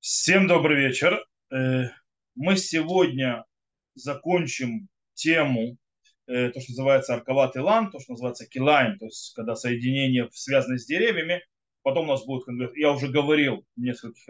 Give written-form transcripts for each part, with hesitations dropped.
Всем добрый вечер. Мы сегодня закончим тему, то, что называется арковатый лан, то, что называется килайм, то есть когда соединения связаны с деревьями. Потом у нас будет, я уже говорил в нескольких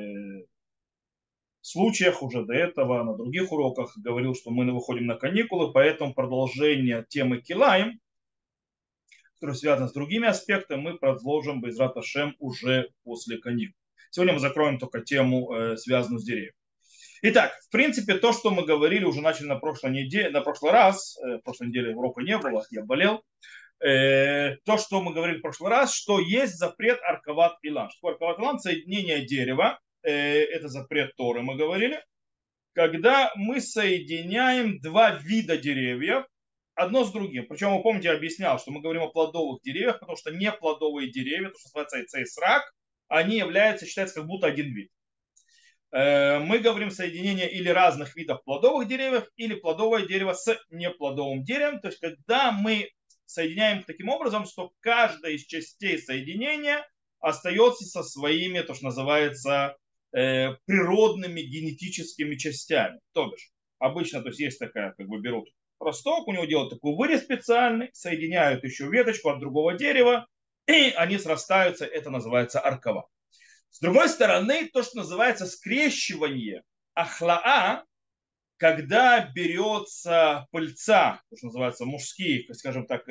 случаях уже до этого, на других уроках, говорил, что мы выходим на каникулы, поэтому продолжение темы килайм, которая связана с другими аспектами, мы продолжим Байзрат Ашем уже после каникул. Сегодня мы закроем только тему, связанную с деревьями. Итак, в принципе, то, что мы говорили, уже начали на прошлой неделе, на прошлый раз, в прошлой неделе урока не было, я болел. То, что мы говорили в прошлый раз, что есть запрет арковат илан. Что арковат илан? Соединение дерева, это запрет Торы, мы говорили. Когда мы соединяем два вида деревьев, одно с другим. Причем, вы помните, я объяснял, что мы говорим о плодовых деревьях, потому что не плодовые деревья, то, что называется цейсрак, они являются, считается, как будто один вид. Мы говорим соединение или разных видов плодовых деревьев, или плодовое дерево с неплодовым деревом. То есть, когда мы соединяем таким образом, что каждая из частей соединения остается со своими, то, что называется, природными генетическими частями. То бишь, обычно, то есть, есть такая, как бы берут росток, у него делают такой вырез специальный, соединяют еще веточку от другого дерева, и они срастаются, это называется аркова. С другой стороны, то, что называется скрещивание ахлаа, когда берется пыльца, то, что называется мужские, скажем так,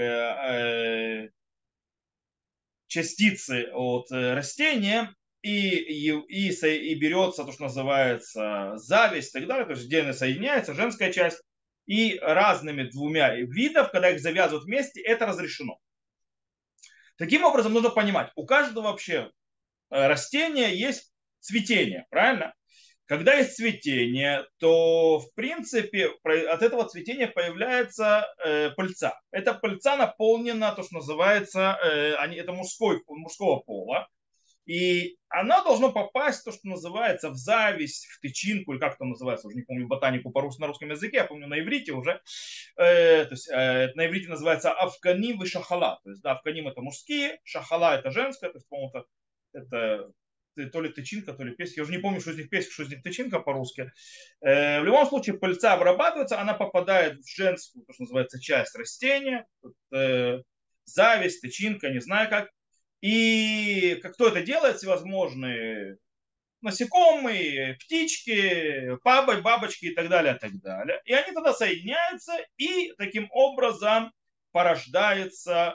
частицы от растения, и берется то, что называется зависть и так далее, то есть где соединяется женская часть, и разными двумя видов, когда их завязывают вместе, это разрешено. Таким образом, нужно понимать, у каждого вообще растения есть цветение, правильно? Когда есть цветение, то в принципе от этого цветения появляется пыльца. Эта пыльца наполнена, то, что называется, это мужского пола. И она должна попасть, то, что называется, в зависть, в тычинку, или как это называется, уже не помню ботанику на русском языке, я помню на иврите уже. То есть на иврите называется авканим и шахала. То есть, да, авканим это мужские, шахала это женское, то есть, по-моему, это то ли тычинка, то ли песик. Я уже не помню, что из них песик, что из них тычинка по-русски. В любом случае, пыльца обрабатывается, она попадает в женскую, то, что называется, часть растения. Зависть, тычинка, не знаю как. И как кто это делает, всевозможные насекомые, птички, бабочки и так далее, и так далее. И они тогда соединяются, и таким образом порождается,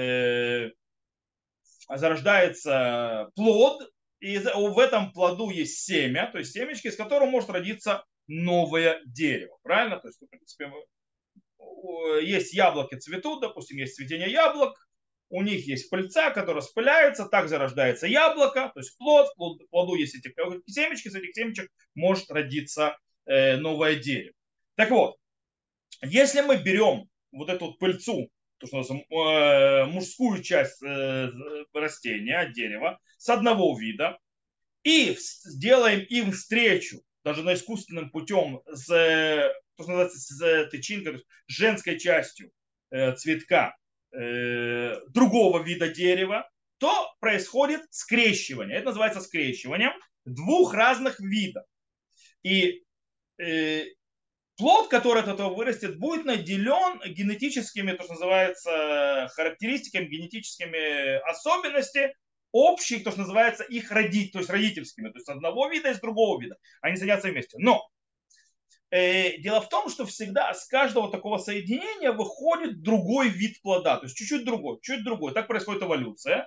зарождается плод, и в этом плоду есть семя, то есть семечки, из которого может родиться новое дерево. Правильно? То есть, в принципе, есть яблоки цветут, допустим, есть цветение яблок, у них есть пыльца, которая спыляется, так зарождается яблоко, то есть плоду есть эти семечки, с этих семечек может родиться новое дерево. Так вот, если мы берем вот эту вот пыльцу, то, что мужскую часть растения, дерева, с одного вида, и сделаем им встречу, даже на искусственным путем, то, что называется, с тычинкой, то есть женской частью цветка другого вида дерева, то происходит скрещивание. Это называется скрещиванием двух разных видов. И э, плод, который от этого вырастет, будет наделен генетическими, то, что называется, характеристиками, генетическими особенностями общих, то, что называется, их родить, то есть родительскими, то есть одного вида и с другого вида. Они садятся вместе. Но дело в том, что всегда с каждого такого соединения выходит другой вид плода, то есть чуть-чуть другой, чуть другой. Так происходит эволюция.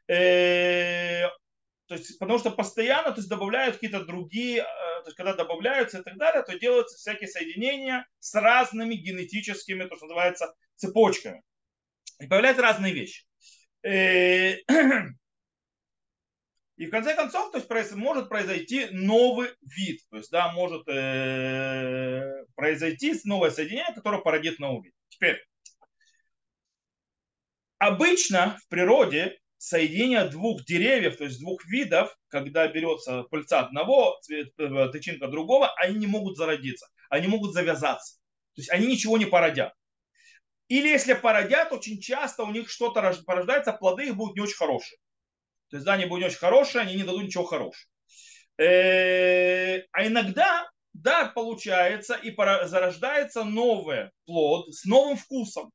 То есть, потому что постоянно, то есть добавляют какие-то другие, то есть когда добавляются и так далее, то делаются всякие соединения с разными генетическими, то, что называется, цепочками. И появляются разные вещи. И в конце концов, то есть может произойти новый вид, то есть да, может произойти новое соединение, которое породит новый вид. Теперь, обычно в природе соединение двух деревьев, то есть двух видов, когда берется пыльца одного, тычинка другого, они не могут зародиться, они могут завязаться. То есть они ничего не породят. Или если породят, очень часто у них что-то порождается, плоды их будут не очень хорошие. То есть да, они будут не очень хорошие, они не дадут ничего хорошего. А иногда, да, получается, и зарождается новый плод с новым вкусом.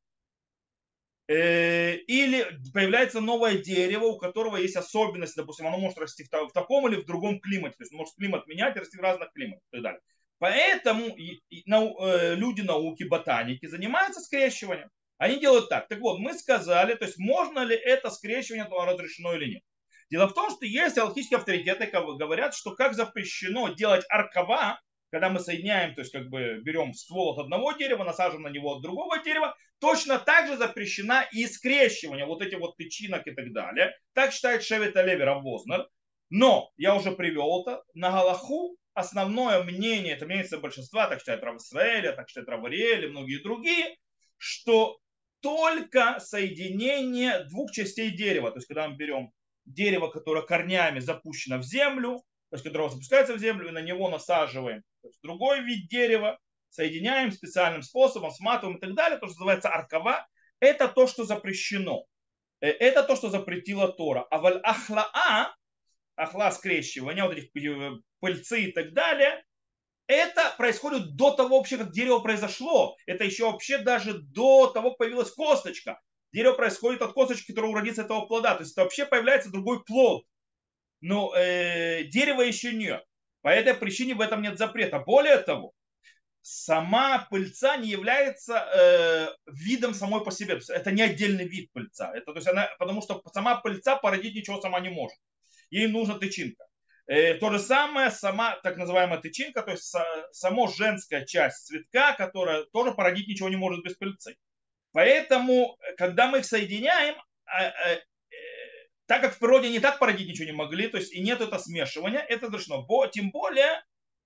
Или появляется новое дерево, у которого есть особенность, допустим, оно может расти в таком или в другом климате, то есть может климат менять и расти в разных климатах и так далее. Поэтому люди науки, ботаники занимаются скрещиванием. Они делают так. Так вот, мы сказали, то есть можно ли это скрещивание разрешено или нет. Дело в том, что есть алхимические авторитеты, которые говорят, что как запрещено делать аркава, когда мы соединяем, то есть как бы берем ствол от одного дерева, насаживаем на него от другого дерева, точно так же запрещена и скрещивание вот этих вот тычинок и так далее. Так считает Шевет Алеви Рав Вознер. Но я уже привел это. На Галаху основное мнение, это мнение большинства, так считает Рав Исраэля, так считает Рав Ариэль и многие другие, что только соединение двух частей дерева, то есть когда мы берем дерево, которое корнями запущено в землю, то есть которое запускается в землю, и на него насаживаем другой вид дерева, соединяем специальным способом, сматываем и так далее, то, что называется аркава, это то, что запрещено. Это то, что запретила Тора. А валь ахлаа, ахла скрещивание, вот этих пыльцы и так далее, это происходит до того вообще, как дерево произошло. Это еще вообще даже до того, как появилась косточка. Дерево происходит от косточки, которая уродится этого плода. То есть это вообще появляется другой плод. Но дерева еще нет. По этой причине в этом нет запрета. Более того, сама пыльца не является видом самой по себе. То есть это не отдельный вид пыльца. Это, то есть она, потому что сама пыльца породить ничего сама не может. Ей нужна тычинка. То же самое сама так называемая тычинка, то есть само женская часть цветка, которая тоже породить ничего не может без пыльцы. Поэтому, когда мы их соединяем, так как в природе не так породить ничего не могли, то есть и нет это смешивания, это разрешено. Тем более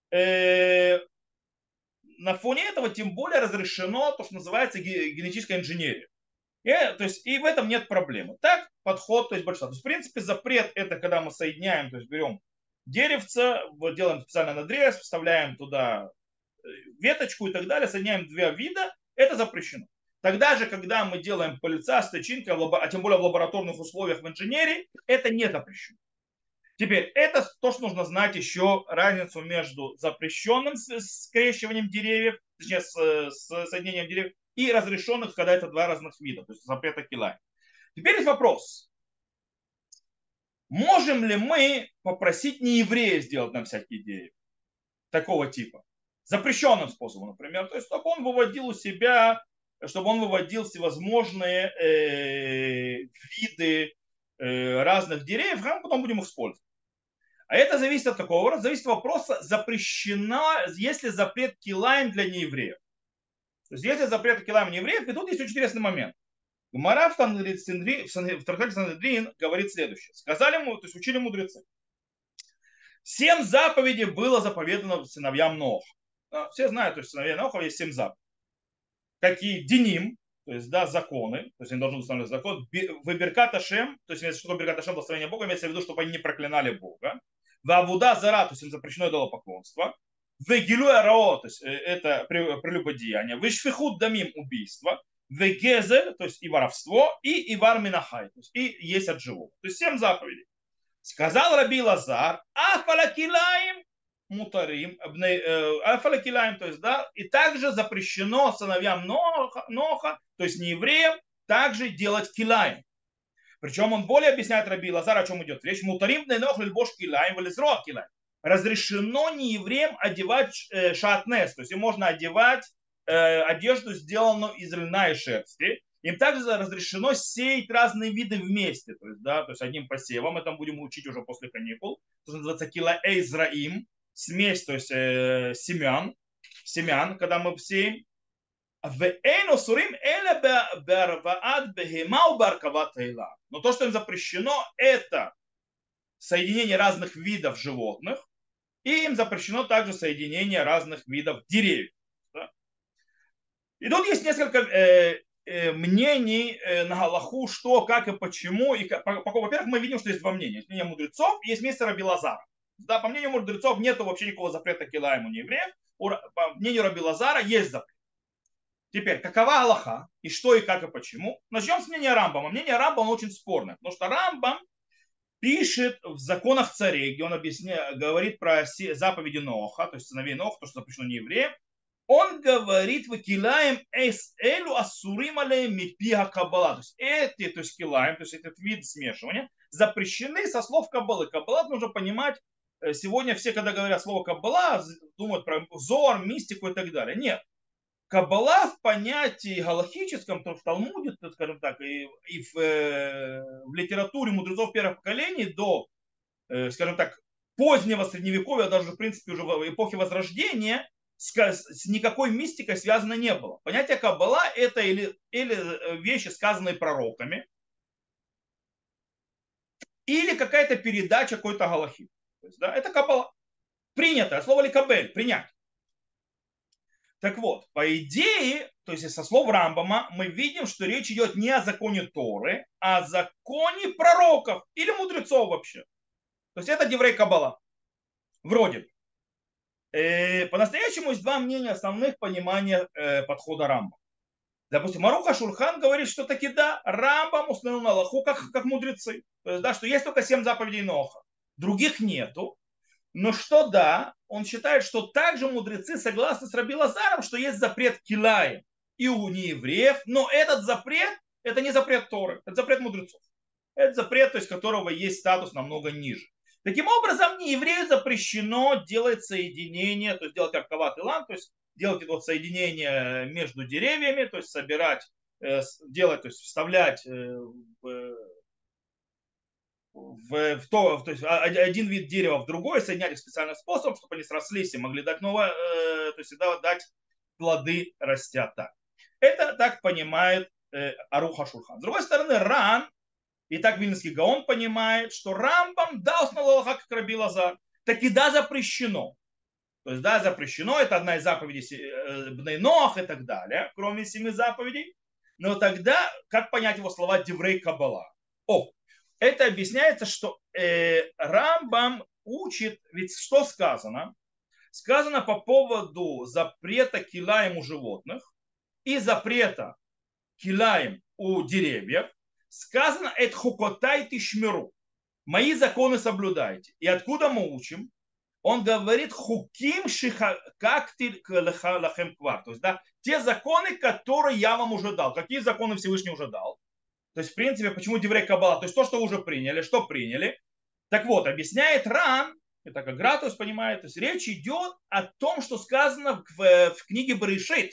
на фоне этого тем более разрешено то, что называется генетическая инженерия. То есть и в этом нет проблемы. Так подход, то есть большинство. То есть, в принципе, запрет это когда мы соединяем, то есть берем деревце, делаем специально надрез, вставляем туда веточку и так далее, соединяем два вида, это запрещено. Тогда же, когда мы делаем пыльца с тычинкой, а тем более в лабораторных условиях в инженерии, это не запрещено. Теперь, это то, что нужно знать еще разницу между запрещенным скрещиванием деревьев, точнее, с соединением деревьев, и разрешенных, когда это два разных вида, то есть запрета килая. Теперь есть вопрос. Можем ли мы попросить нееврея сделать нам всякие деревья такого типа? Запрещенным способом, например. То есть, чтобы он выводил у себя, чтобы он выводил всевозможные виды разных деревьев, а мы потом будем их использовать. А это зависит от какого вопроса? Зависит от вопроса, запрещена, есть ли запрет килаем для неевреев. То есть, если запрет килаем неевреев, и тут есть очень интересный момент. Гмара в трактате Санедрин говорит следующее. Сказали ему, то есть учили мудрецы. 7 заповедей было заповедано сыновьям Ноха. Да, все знают, то есть сыновья Ноха есть 7 заповедей. Какие? Диним, то есть, да, законы, то есть они должны устанавливать закон. Выбиркат Ашем, то есть, если что Беркат Ашем, благословение Бога, имеется в виду, чтобы они не проклинали Бога. Вавуда Зара, то есть им запрещено идолопоклонство. Вегилу Арао, то есть это прелюбодеяние. Вишфихут Дамим, убийство. Вегезель, то есть и воровство, и Ивар Минахай, то есть и есть от живого. То есть 7 заповедей. Сказал Раби Лазар, афалакилаем мутарим, афалакилаем, то есть, да, и также запрещено сыновьям Ноха, то есть не евреям, также делать килаем. Причем он более объясняет Раби Лазар, о чем идет речь. Мутарим нох лильбош килаем, вализро килаем. Разрешено неевреям одевать шатнес, то есть им можно одевать одежду, сделанную из льна и шерсти. Им также разрешено сеять разные виды вместе, то есть, да, то есть одним посевом, это мы будем учить уже после каникул, то называется кила эйзраим, смесь, то есть семян, когда мы сеем. Но то, что им запрещено, это соединение разных видов животных, и им запрещено также соединение разных видов деревьев. Да? И тут есть несколько мнений на Галаху, что, как и почему. И, во-первых, мы видим, что есть два мнения. Есть мнение мудрецов и есть мнение Раби Лазара. Да, по мнению мудрецов нет вообще никакого запрета килаему неевреев. По мнению Раби Лазара есть запрет. Теперь, какова Аллаха, и что, и как, и почему? Начнем с мнения Рамбама. Мнение Рамбама очень спорное, потому что Рамбам пишет в законах царей, где он объясняет, говорит про заповеди Ноха, то есть сыновей Ноха, то, что запрещено не евреям, он говорит, выкилаем эс элю ассурим алеем мипиха каббала. То есть эти, то есть килаем, то есть этот вид смешивания, запрещены со слов каббалы. Каббала нужно понимать, сегодня все, когда говорят слово каббала, думают про зор, мистику и так далее. Нет. Каббала в понятии галахическом, то в Талмуде, скажем так, и в литературе мудрецов первых поколений до, скажем так, позднего средневековья, даже в принципе уже в эпохе Возрождения, с никакой мистикой связано не было. Понятие Каббала это или вещи, сказанные пророками, или какая-то передача какой-то галахи. То есть, да, это Каббала. Принято, слово ликабель, принять. Так вот, по идее, то есть со слов Рамбама, мы видим, что речь идет не о законе Торы, а о законе пророков или мудрецов вообще. То есть это Деврей Каббала. Вроде. По-настоящему есть два мнения основных понимания подхода Рамбама. Допустим, Маруха Шульхан говорит, что таки да, Рамбам установил на Аллаху как мудрецы. То есть, да, что есть только 7 заповедей Ноха. Других нету. Но что да, он считает, что также мудрецы согласны с Раби Лазаром, что есть запрет килаем и у неевреев, но этот запрет, это не запрет Торы, это запрет мудрецов. Это запрет, то есть которого есть статус намного ниже. Таким образом, нееврею запрещено делать соединение, то есть делать как кават и лан, то есть делать вот соединение между деревьями, то есть собирать, делать, то есть вставлять то есть один вид дерева в другой, соединять их специальным способом, чтобы они срослись и могли дать новое, то есть всегда дать плоды растя так. Это так понимает Аруха Шульхан. С другой стороны, Ран, и так Вильнинский Гаон понимает, что Рамбам дал основу Аллаха, как Раби Лазар, так и да, запрещено. То есть, да, запрещено, это одна из заповедей Бней Ноах и так далее, кроме 7 заповедей. Но тогда, как понять его слова Деврей Каббала? О, это объясняется, что Рамбам учит, ведь что сказано? Сказано по поводу запрета килаем у животных и запрета килаем у деревьев. Сказано «эт хукотай тишмеру». Мои законы соблюдайте. И откуда мы учим? Он говорит хуким шихакакти лахем квар. То есть, да, те законы, которые я вам уже дал. Какие законы Всевышний уже дал? То есть, в принципе, почему Деврей Каббала? То есть, то, что уже приняли, что приняли. Так вот, объясняет Ран, это как Гратус понимает, то есть речь идет о том, что сказано в книге Берешит.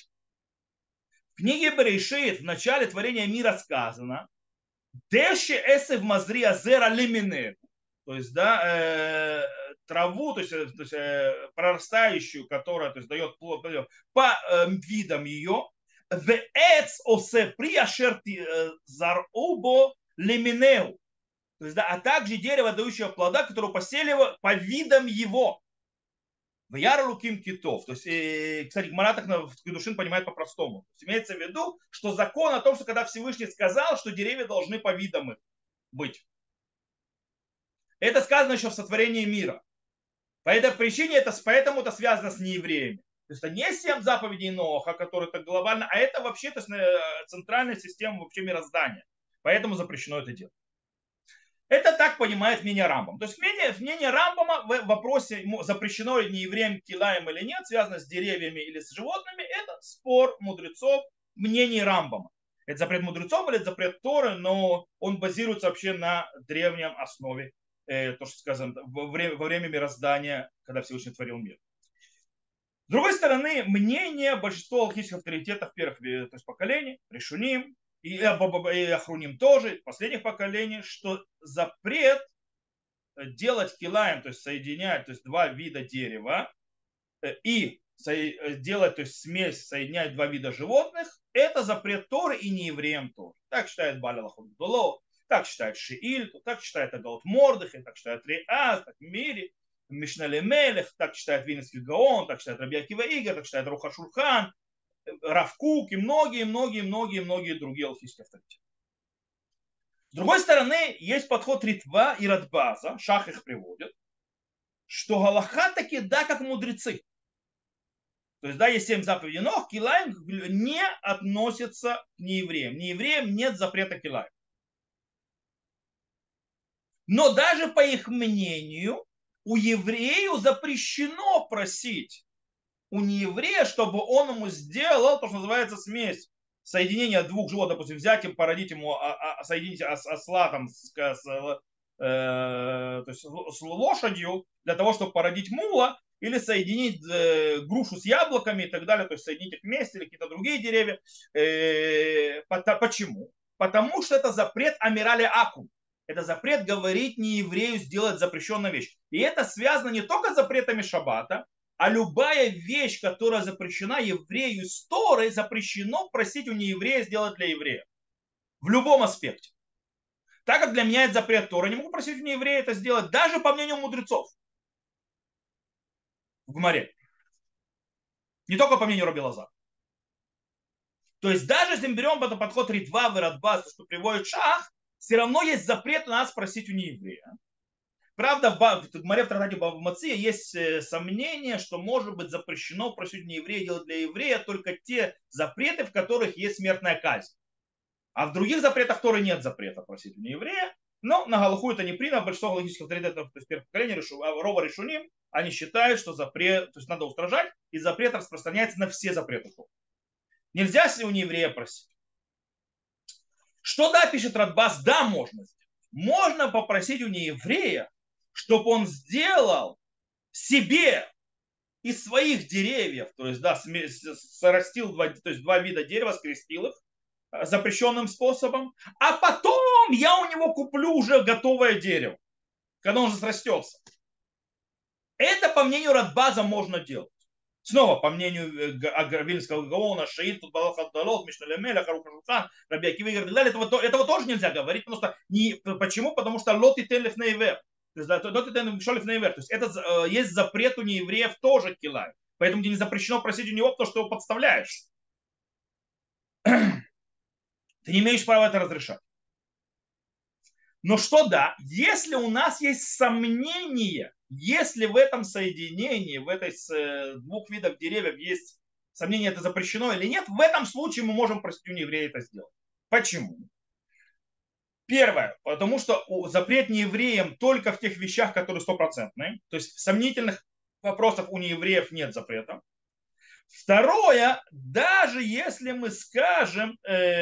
В книге Берешит в начале творения мира сказано «Деши эсев мазри азера лиминегу». То есть, да, траву, прорастающую, которая то есть, дает плод по видам ее, вец осе при ашерти зарубо лиминеу. То есть, да, а также дерево, дающее плода, которое посели по видам его. В ярлуким китов. То есть, кстати, Гмара так в Кедушин понимает по-простому. То есть, имеется в виду, что закон о том, что когда Всевышний сказал, что деревья должны по видам их быть. Это сказано еще в сотворении мира. По этой причине поэтому это связано с неевреями. То есть это не 7 заповедей Ноха, которые так глобально, а это вообще то есть, центральная система вообще мироздания. Поэтому запрещено это делать. Это так понимает мнение Рамбам. То есть мнение Рамбама в вопросе, запрещено ли неевреям килаем или нет, связано с деревьями или с животными, это спор мудрецов, мнений Рамбама. Это запрет мудрецов или это запрет Торы, но он базируется вообще на древнем основе, то, что сказано во время мироздания, когда Всевышний творил мир. С другой стороны, мнение большинства алхимических авторитетов первых то есть, поколений, Решуним, и Ахруним тоже, последних поколений, что запрет делать килаем, то есть соединять, то есть два вида дерева и делать, то есть смесь, соединять два вида животных, это запрет Торы и не евреям тоже. Так считает Баля Лахудуло, так считает Шииль, так считает Агаут Мордых, так считает Риаз, так Мири, Мишнале Мелех, так считает Винницкий Гаон, так считает Раби Акива Игор, так считает Руха Шульхан, Рав Кук и многие другие алхимические авторитеты. С другой стороны, есть подход Ритва и Радбаза, Шах их приводит, что Галаха таки да, как мудрецы. То есть, да, есть 7 заповедей, но килаем не относится к неевреям. Неевреям нет запрета килаем. Но даже по их мнению, у еврею запрещено просить у нееврея, чтобы он ему сделал то, что называется смесь. Соединение двух животных, допустим, взять им, породить ему, соединить осла там, то есть с лошадью для того, чтобы породить мула, или соединить грушу с яблоками и так далее, то есть соединить их вместе или какие-то другие деревья. Почему? Потому что это запрет амирали акум. Это запрет говорить не еврею сделать запрещенную вещь. И это связано не только с запретами шаббата, а любая вещь, которая запрещена еврею из Торы, запрещено просить у нееврея сделать для еврея. В любом аспекте. Так как для меня это запрет Торы, не могу просить у нееврея это сделать, даже по мнению мудрецов в Гмаре. Не только по мнению Раби Лазар. То есть даже если мы берем этот подход Ритва, Верадба, что приводит Шах, все равно есть запрет на нас просить у нееврея. Правда, в Гмаре в трактате Бава Меция есть сомнение, что может быть запрещено просить не еврея делать для еврея только те запреты, в которых есть смертная казнь. А в других запретах Торы нет запрета просить у нееврея. Но на Галаху это не принято. Большинство галахических авторитетов, то есть первых поколений, Рова Решуним, они считают, что запрет, то есть надо устражать, и запрет распространяется на все запреты Торы. Нельзя у нееврея просить. Что да, пишет Радбас, да, можно сделать. Можно попросить у нееврея, чтобы он сделал себе из своих деревьев, то есть, да, сорастил то есть, два вида дерева, скрестил их запрещенным способом, а потом я у него куплю уже готовое дерево, когда он уже срастется. Это, по мнению Радбаза, можно делать. Снова, по мнению Вильнского Гаона, Шаид, Тутбалах Абдалот, Мишналемеля, Харуха Шухан, Раби Акива и так далее, этого тоже нельзя говорить. Просто почему? Потому что лот и телев нейвер. То есть, лот и телев нейвер. То есть, это есть запрет у неевреев тоже килай. Поэтому тебе не запрещено просить у него, потому что его подставляешь. Ты не имеешь права это разрешать. Но что да, если у нас есть сомнения, если в этом соединении, в этой двух видах деревьев есть сомнение, это запрещено или нет, в этом случае мы можем просить у нееврея это сделать. Почему? Первое, потому что запрет неевреям только в тех вещах, которые стопроцентные, то есть в сомнительных вопросах у неевреев нет запрета. Второе, даже если мы скажем,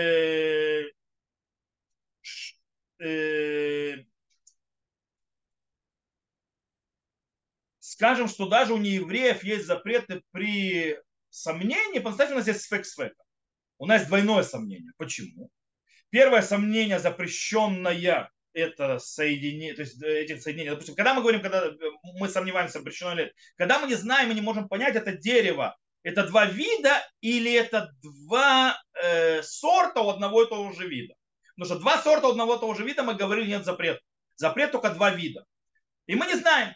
скажем, что даже у неевреев есть запреты при сомнении, поставьте у нас здесь сфек-сфека. У нас двойное сомнение. Почему? Первое сомнение запрещенное это соединение, то есть этих соединений. Допустим, когда мы говорим, когда мы сомневаемся, запрещено или нет, когда мы не знаем, мы не можем понять, это дерево, это два вида или это два сорта у одного и того же вида. Потому что два сорта у одного и того же вида мы говорили, нет запрета. Запрет только два вида. И мы не знаем.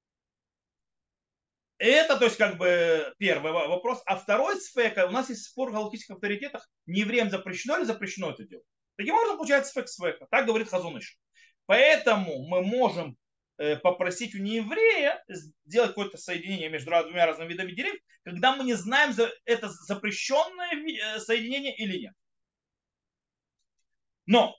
Это, то есть, как бы первый вопрос. А второй сфека, у нас есть спор в галактических авторитетах, не евреям запрещено или запрещено это делать. Таким образом, получается сфек сфека. Так говорит Хазуныш. Поэтому мы можем попросить у нееврея сделать какое-то соединение между двумя разными видами деревьев, когда мы не знаем, это запрещенное соединение или нет. Но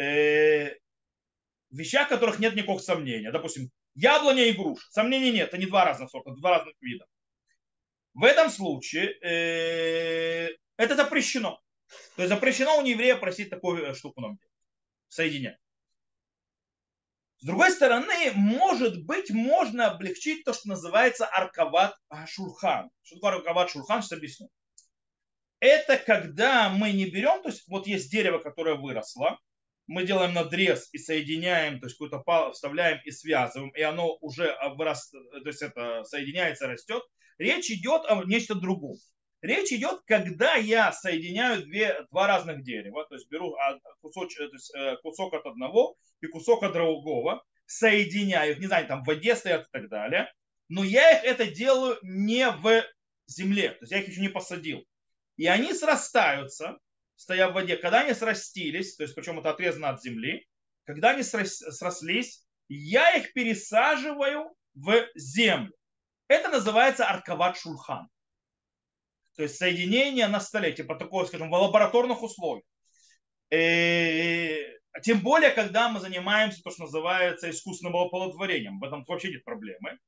в вещах, в которых нет никакого сомнения, допустим, яблоня и груша, сомнений нет, это не два разных сорта, два разных вида. В этом случае это запрещено. То есть запрещено у нееврея просить такую штуку нам делать, соединять. С другой стороны, может быть, можно облегчить то, что называется аркават шурхан. Что такое аркават шурхан, сейчас объясню. Это когда мы не берем, то есть вот есть дерево, которое выросло, мы делаем надрез и соединяем, то есть какую-то палку вставляем и связываем, и оно уже то есть это соединяется, растет. Речь идет о нечто другом. Речь идет, когда я соединяю два разных дерева, то есть беру кусок от одного и кусок от другого, соединяю их, не знаю, там в воде стоят и так далее, но я их это делаю не в земле, то есть я их еще не посадил. И они срастаются, стоя в воде. Когда они срастились, то есть причем это отрезано от земли, когда они срослись, я их пересаживаю в землю. Это называется аркават шульхан. То есть соединение на столе, типа такое, скажем, в лабораторных условиях. Тем более, когда мы занимаемся то, что называется искусственным оплодотворением. В этом вообще нет проблемы.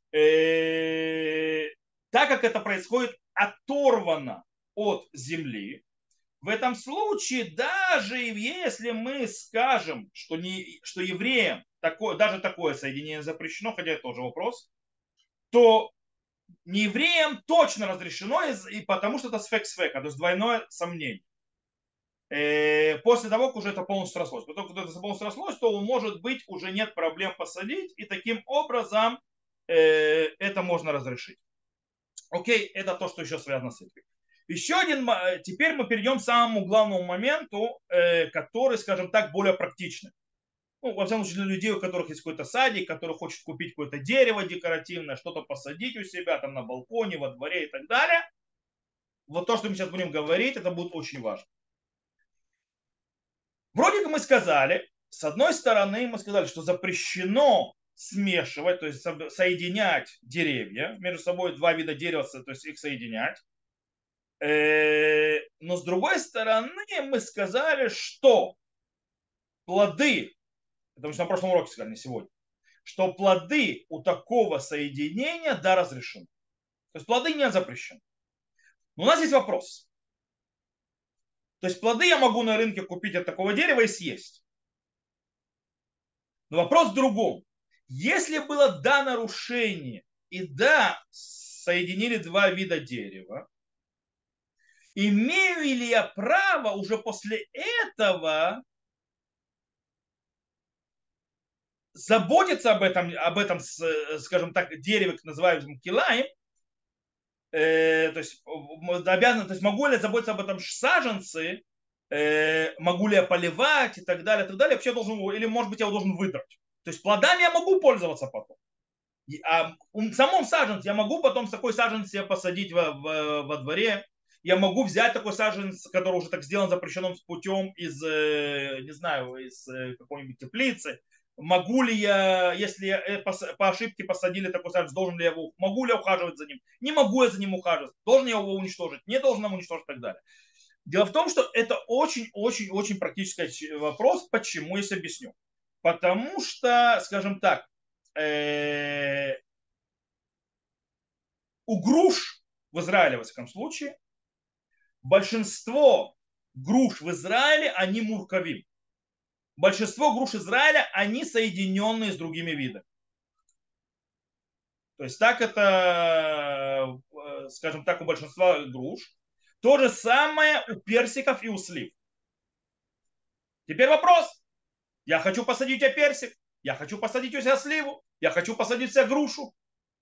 Э, Так как это происходит оторвано от земли, в этом случае, даже если мы скажем, что евреям даже такое соединение запрещено, хотя это тоже вопрос, то неевреям точно разрешено, и потому что это сфек-сфека, то есть двойное сомнение. После того, как уже это полностью срослось. Потом, когда это полностью срослось, то, может быть, уже нет проблем посадить, и таким образом это можно разрешить. Окей, это то, что еще связано с этим. Еще один, теперь мы перейдем к самому главному моменту, который, скажем так, более практичный. Ну, во всяком случае, для людей, у которых есть какой-то садик, который хочет купить какое-то дерево декоративное, что-то посадить у себя там на балконе, во дворе и так далее. Вот то, что мы сейчас будем говорить, это будет очень важно. Вроде как мы сказали, с одной стороны мы сказали, что запрещено смешивать, то есть соединять деревья, между собой два вида дерева, то есть их соединять. Но с другой стороны мы сказали, что плоды, потому что на прошлом уроке сказали, не сегодня, что плоды у такого соединения, да, разрешены. То есть плоды не запрещены. Но у нас есть вопрос. То есть плоды я могу на рынке купить от такого дерева и съесть. Но вопрос в другом. Если было да нарушение и да соединили два вида дерева, имею ли я право уже после этого заботиться об этом, скажем так, дереве, называемом килаем, то есть обязан, то есть могу ли я заботиться об этом саженце, могу ли я поливать и так далее, вообще должен, или может быть я его должен выдрать. То есть плодами я могу пользоваться потом. А в самом саженце я могу потом с такой саженец себе посадить во дворе. Я могу взять такой саженец, который уже так сделан запрещенным путем из, не знаю, из какой-нибудь теплицы. Могу ли я, если по ошибке посадили такой саженец, должен ли я его, могу ли я ухаживать за ним? Не могу я за ним ухаживать. Должен я его уничтожить? Не должен его уничтожить и так далее. Дело в том, что это очень-очень-очень практический вопрос. Почему? Я объясню. Потому что, скажем так, у груш в Израиле, во всяком случае, большинство груш в Израиле, они муркавим. Большинство груш Израиля, они соединенные с другими видами. То есть так это, скажем так, у большинства груш. То же самое у персиков и у слив. Теперь вопрос. Я хочу посадить у тебя персик, я хочу посадить у тебя сливу, я хочу посадить у тебя грушу.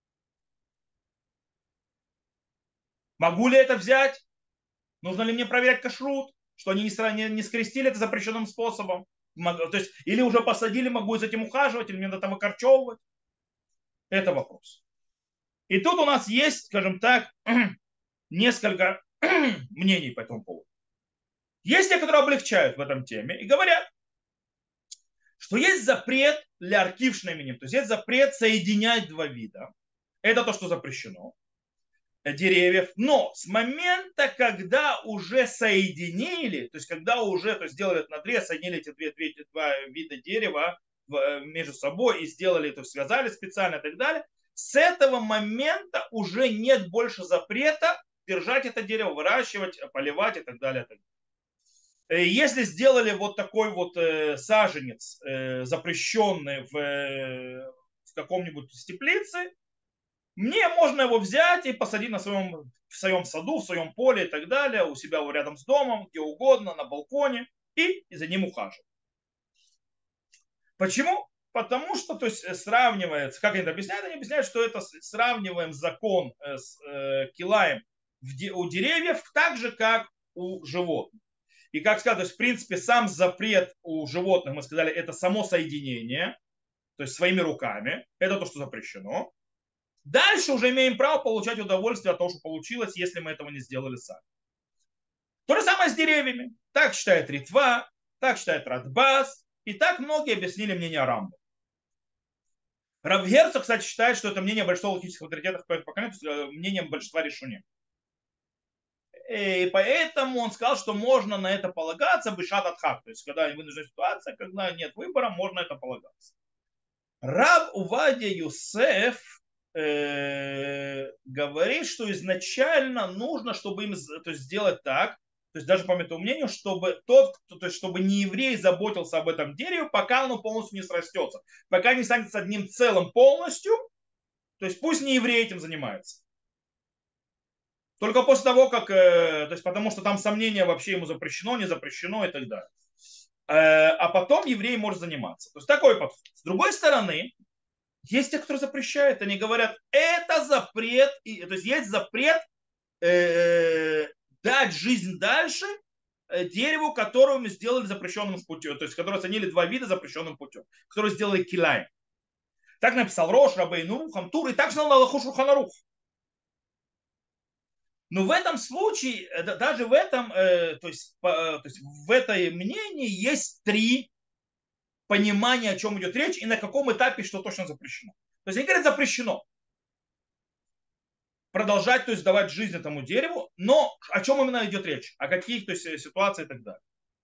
Могу ли это взять? Нужно ли мне проверять кашрут, что они не скрестили это запрещенным способом? То есть, или уже посадили, могу за этим ухаживать, или мне надо там выкорчевывать? Это вопрос. И тут у нас есть, скажем так, несколько мнений по этому поводу. Есть те, которые облегчают в этом теме и говорят, что есть запрет для аркившнаминим, то есть есть запрет соединять два вида. Это то, что запрещено деревьев, но с момента, когда уже соединили, то есть когда уже сделали этот надрез, соединили эти два вида дерева между собой и сделали, то есть связали специально и так далее, с этого момента уже нет больше запрета держать это дерево, выращивать, поливать и так далее. И так далее. Если сделали вот такой вот саженец, запрещенный в каком-нибудь теплице, мне можно его взять и посадить в своем саду, в своем поле и так далее, у себя рядом с домом, где угодно, на балконе, и за ним ухаживать. Почему? Потому что, то есть, сравнивается, как они это объясняют? Они объясняют, что это сравниваем закон с килаем у деревьев так же, как у животных. И как сказать, то есть, в принципе, сам запрет у животных, мы сказали, это само соединение, то есть своими руками, это то, что запрещено. Дальше уже имеем право получать удовольствие от того, что получилось, если мы этого не сделали сами. То же самое с деревьями. Так считает Ритва, так считает Радбас, и так многие объяснили мнение Рамбо. Рав Герцог, кстати, считает, что это мнение большинства логических авторитетов по этому поколению, мнением большинства решений. И поэтому он сказал, что можно на это полагаться бешат адхак. То есть, когда вынужденная ситуация, когда нет выбора, можно это полагаться. Рав Увадия Юсеф говорит, что изначально нужно, чтобы им то есть, сделать так, то есть даже по этому мнению, чтобы то есть, чтобы не еврей заботился об этом дереве, пока оно полностью не срастется, пока не станет одним целым полностью, то есть пусть не еврей этим занимается. Только после того, как, то есть потому что там сомнения вообще ему запрещено, не запрещено и так далее. А потом еврей может заниматься. То есть такой подход. С другой стороны, есть те, кто запрещает, они говорят, это запрет, то есть есть запрет дать жизнь дальше дереву, которое мы сделали запрещенным путем, то есть которое оценили два вида запрещенным путем, которые сделали килаем. Так написал Рош, Рабейну, Хамтур, и так же на Аллаху Шурханарух. Но в этом случае, даже в этом, то есть в этой мнении есть три понимания, о чем идет речь и на каком этапе что точно запрещено. То есть они говорят, запрещено продолжать, то есть давать жизнь этому дереву, но о чем именно идет речь, о каких то есть, ситуациях и так далее.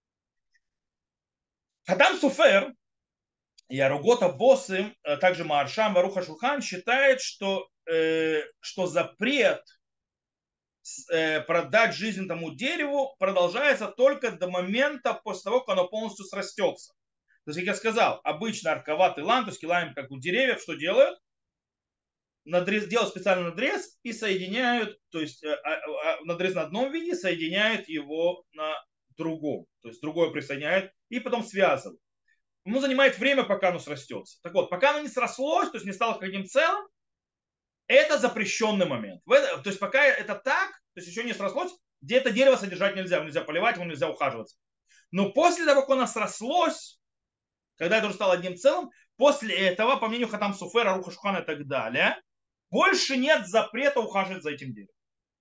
Хатам Суфер и Аругота Босым, также Мааршам, Варуха Шулхан считает, что запрет продать жизнь тому дереву продолжается только до момента после того, как оно полностью срастется. То есть, как я сказал, обычно арковатый лан, то есть килаем, как у деревьев, что делают? Делают специальный надрез и соединяют, то есть надрез на одном виде, соединяют его на другом. То есть другое присоединяют и потом связывают. Ему занимает время, пока оно срастется. Так вот, пока оно не срослось, то есть не стало каким целым, это запрещенный момент. То есть пока это так, то есть еще не срослось, где это дерево содержать нельзя, нельзя поливать, его нельзя ухаживать. Но после того, как оно срослось, когда это уже стало одним целым, после этого, по мнению Хатам Суфера, Руха Шухана и так далее, больше нет запрета ухаживать за этим деревом.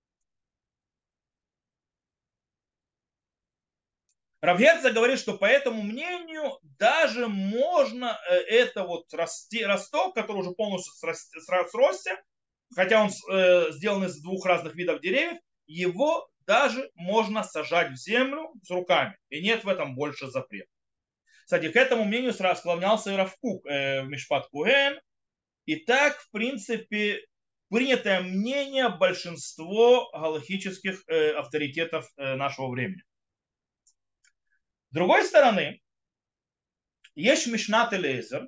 Рав Герцог говорит, что по этому мнению даже можно это вот росток, который уже полностью сросся, хотя он сделан из двух разных видов деревьев, его даже можно сажать в землю с руками. И нет в этом больше запрета. Кстати, к этому мнению склонялся и Рав Кук в Мишпат Куэн. И так, в принципе, принятое мнение большинства галахических авторитетов нашего времени. С другой стороны, есть Мишнат Элейзер,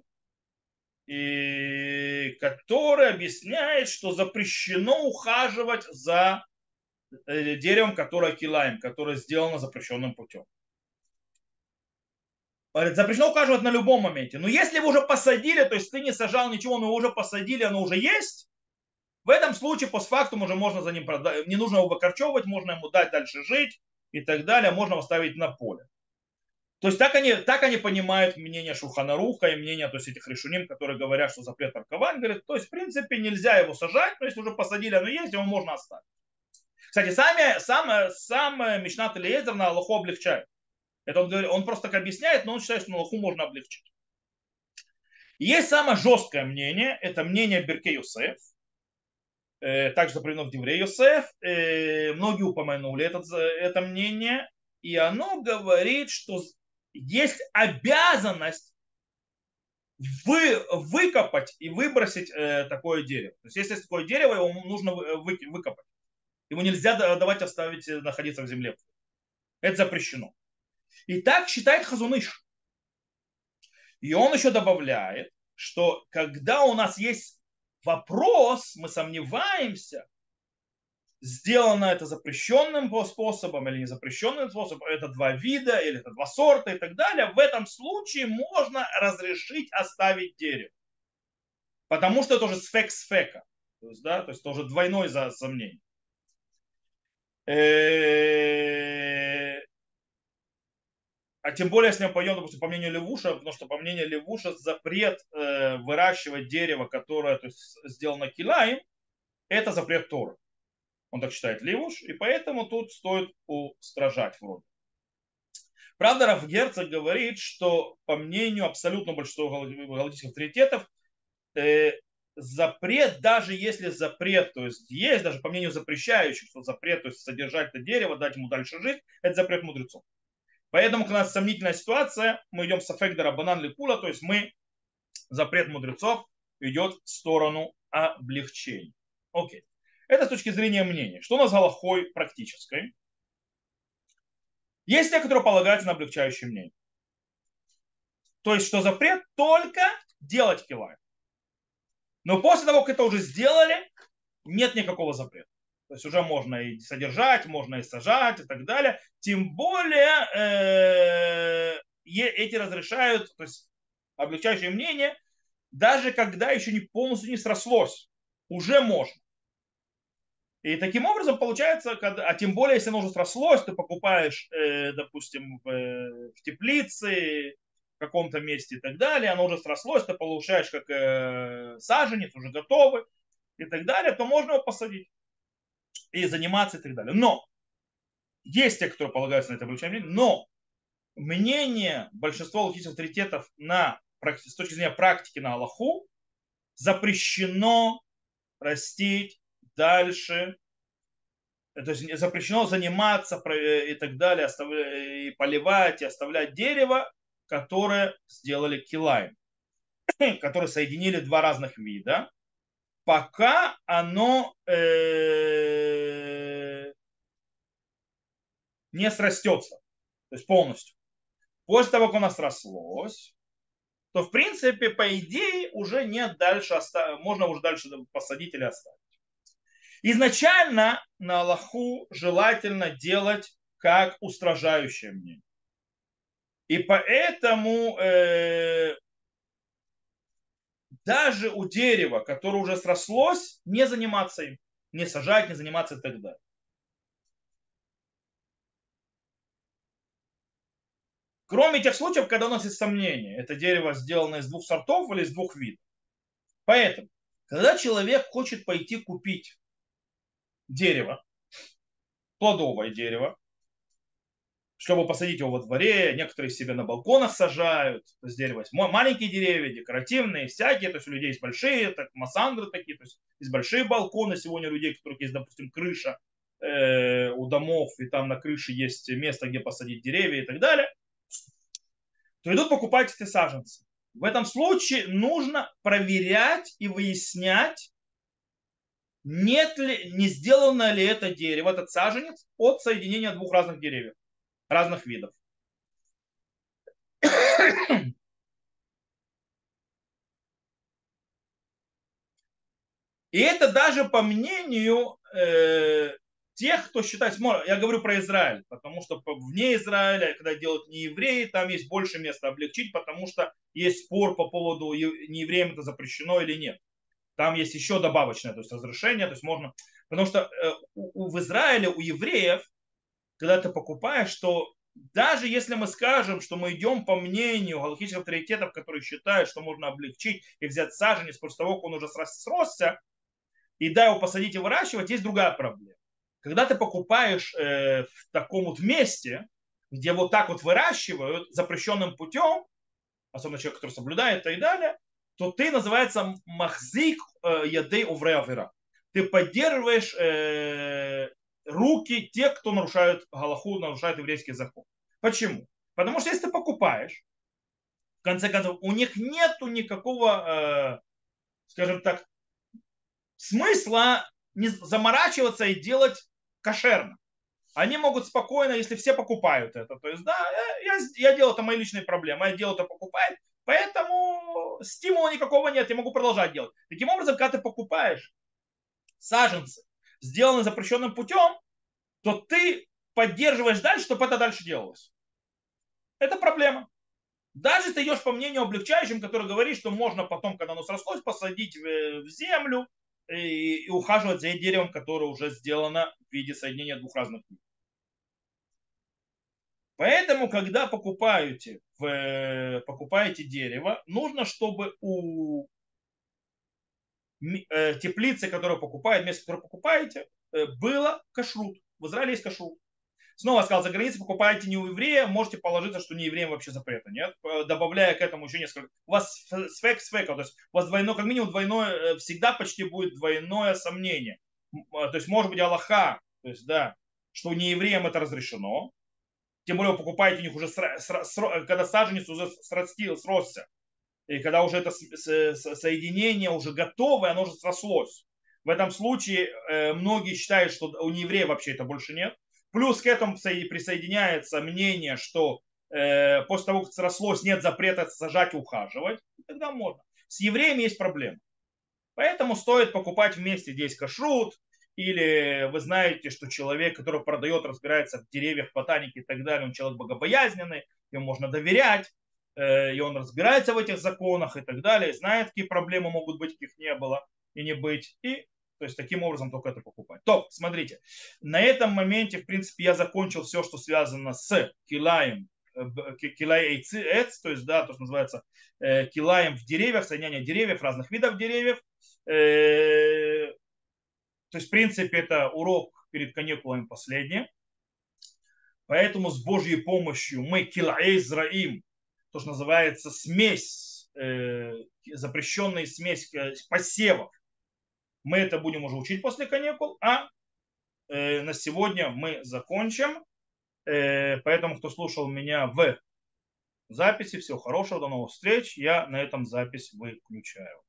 который объясняет, что запрещено ухаживать за деревом, которое килаем, которое сделано запрещенным путем. Говорит, запрещено ухаживать на любом моменте. Но если вы уже посадили, то есть ты не сажал ничего, но уже посадили, оно уже есть, в этом случае постфактум уже можно за ним продать, не нужно его выкорчевывать, можно ему дать дальше жить и так далее, можно его ставить на поле. То есть так они понимают мнение Шулханаруха и мнение то есть, этих решуним, которые говорят, что запрет торговать. Говорят, то есть, в принципе, нельзя его сажать, но если уже посадили, оно есть, его можно оставить. Кстати, сам Мишнат Элиэзер на Аллаху облегчает. Это он, говорит, он просто так объясняет, но он считает, что на Аллаху можно облегчить. И есть самое жесткое мнение, это мнение Берке Йосеф, также запрещено в Девре Йосеф. Многие упомянули это мнение, и оно говорит, что есть обязанность выкопать и выбросить такое дерево. То есть, если есть такое дерево, его нужно выкопать. Его нельзя давать оставить находиться в земле. Это запрещено. И так считает Хазуныш. И он еще добавляет, что когда у нас есть вопрос, мы сомневаемся, сделано это запрещенным способом или не запрещенным способом, это два вида или это два сорта и так далее, в этом случае можно разрешить оставить дерево. Потому что это уже сфек сфека. То есть, да, то есть это уже двойное сомнение. А тем более, если мы пойдем, допустим, по мнению Левуша, потому что по мнению Левуша запрет выращивать дерево, которое то есть, сделано килаем, это запрет Торы. Он так считает Левуш, и поэтому тут стоит устражать вроде. Правда, Рав Герцог говорит, что по мнению абсолютно большинства галактических авторитетов, запрет, даже если запрет, то есть есть, даже по мнению запрещающих, что запрет, то есть содержать это дерево, дать ему дальше жить, это запрет мудрецов. Поэтому, когда у нас сомнительная ситуация, мы идем с аффектора банан ликула, то есть мы, запрет мудрецов идет в сторону облегчения. Окей. Это с точки зрения мнения. Что у нас с галахой практической? Есть те, которые полагаются на облегчающее мнение. То есть, что запрет только делать килай. Но после того, как это уже сделали, нет никакого запрета. То есть уже можно и содержать, можно и сажать и так далее. Тем более эти разрешают, то есть облегчающее мнение, даже когда еще не полностью не срослось, уже можно. И таким образом получается, а тем более, если оно уже срослось, ты покупаешь, допустим, в теплице, в каком-то месте и так далее, оно уже срослось, ты получаешь как саженец, уже готовый и так далее, то можно его посадить и заниматься и так далее. Но есть те, кто полагаются на это облегчение, но мнение большинства логических авторитетов с точки зрения практики на Аллаху запрещено растить дальше, то есть запрещено заниматься и так далее, и поливать, и оставлять дерево, которое сделали килаем, которые соединили два разных вида, пока оно не срастется, то есть полностью. После того, как оно срослось, то в принципе, по идее, уже нет дальше, можно уже дальше посадить или оставить. Изначально на Аллаху желательно делать как устражающее мнение. И поэтому даже у дерева, которое уже срослось, не заниматься им, не сажать, не заниматься и так далее. Кроме тех случаев, когда у нас есть сомнения, это дерево сделано из двух сортов или из двух видов. Поэтому, когда человек хочет пойти купить дерево, плодовое дерево, чтобы посадить его во дворе, некоторые себе на балконах сажают, то есть дерево есть маленькие деревья, декоративные, всякие, то есть у людей есть большие, так, массандры такие, то есть есть большие балконы сегодня у людей, у которых есть, допустим, крыша у домов, и там на крыше есть место, где посадить деревья и так далее, то идут покупать эти саженцы. В этом случае нужно проверять и выяснять, нет ли, не сделано ли это дерево, этот саженец от соединения двух разных деревьев, разных видов. И это даже по мнению тех, кто считает, я говорю про Израиль, потому что вне Израиля, когда делают не евреи, там есть больше места облегчить, потому что есть спор по поводу, не евреям это запрещено или нет. Там есть еще добавочное, то есть разрешение, то есть можно, потому что в Израиле у евреев, когда ты покупаешь, что даже если мы скажем, что мы идем по мнению галахических авторитетов, которые считают, что можно облегчить и взять саженец после того, как он уже сросся, и да, его посадить и выращивать, есть другая проблема. Когда ты покупаешь в таком вот месте, где вот так вот выращивают запрещенным путем, особенно человек, который соблюдает и так далее, то ты называется махзик ядей увреавера. Ты поддерживаешь руки тех, кто нарушает галаху, нарушает еврейский закон. Почему? Потому что если ты покупаешь, в конце концов, у них нету никакого, скажем так, смысла не заморачиваться и делать кошерно. Они могут спокойно, если все покупают это. То есть, да, я делаю, это мои личные проблемы, я делаю, это покупает, поэтому стимула никакого нет, я могу продолжать делать. Таким образом, когда ты покупаешь саженцы, сделанные запрещенным путем, то ты поддерживаешь дальше, чтобы это дальше делалось. Это проблема. Даже ты идешь по мнению облегчающим, который говорит, что можно потом, когда оно срослось, посадить в землю и ухаживать за деревом, которое уже сделано в виде соединения двух разных видов. Поэтому, когда покупаете дерево, нужно, чтобы у теплицы, которую покупаете, место, которое покупаете, было кашрут. В Израиле есть кашрут. Снова сказал, за границей покупаете не у еврея, можете положиться, что не евреям вообще запрета нет, добавляя к этому еще несколько. У вас сфек, то есть у вас двойное, как минимум двойное, всегда почти будет двойное сомнение. То есть может быть Аллаха, то есть да, что не евреям это разрешено, тем более вы покупаете у них уже, когда саженец уже сросся, и когда уже это соединение уже готовое, оно уже срослось. В этом случае многие считают, что у нееврея вообще это больше нет. Плюс к этому присоединяется мнение, что после того, как срослось, нет запрета сажать и ухаживать. Тогда можно. С евреями есть проблема. Поэтому стоит покупать вместе, где есть кашрут, или вы знаете, что человек, который продает, разбирается в деревьях, ботанике и так далее, он человек богобоязненный, ему можно доверять, и он разбирается в этих законах и так далее, знает, какие проблемы могут быть, каких не было и не быть. И то есть таким образом только это покупать. То, смотрите, на этом моменте, в принципе, я закончил все, что связано с килаем, килай эйц, то есть, да, то, что называется килаем в деревьях, соединение деревьев, разных видов деревьев. То есть, в принципе, это урок перед каникулами последний. Поэтому с Божьей помощью мы килаэйзраим, то, что называется смесь, запрещенная смесь посевов, мы это будем уже учить после каникул, а на сегодня мы закончим. Поэтому, кто слушал меня в записи, всего хорошего, до новых встреч. Я на этом запись выключаю.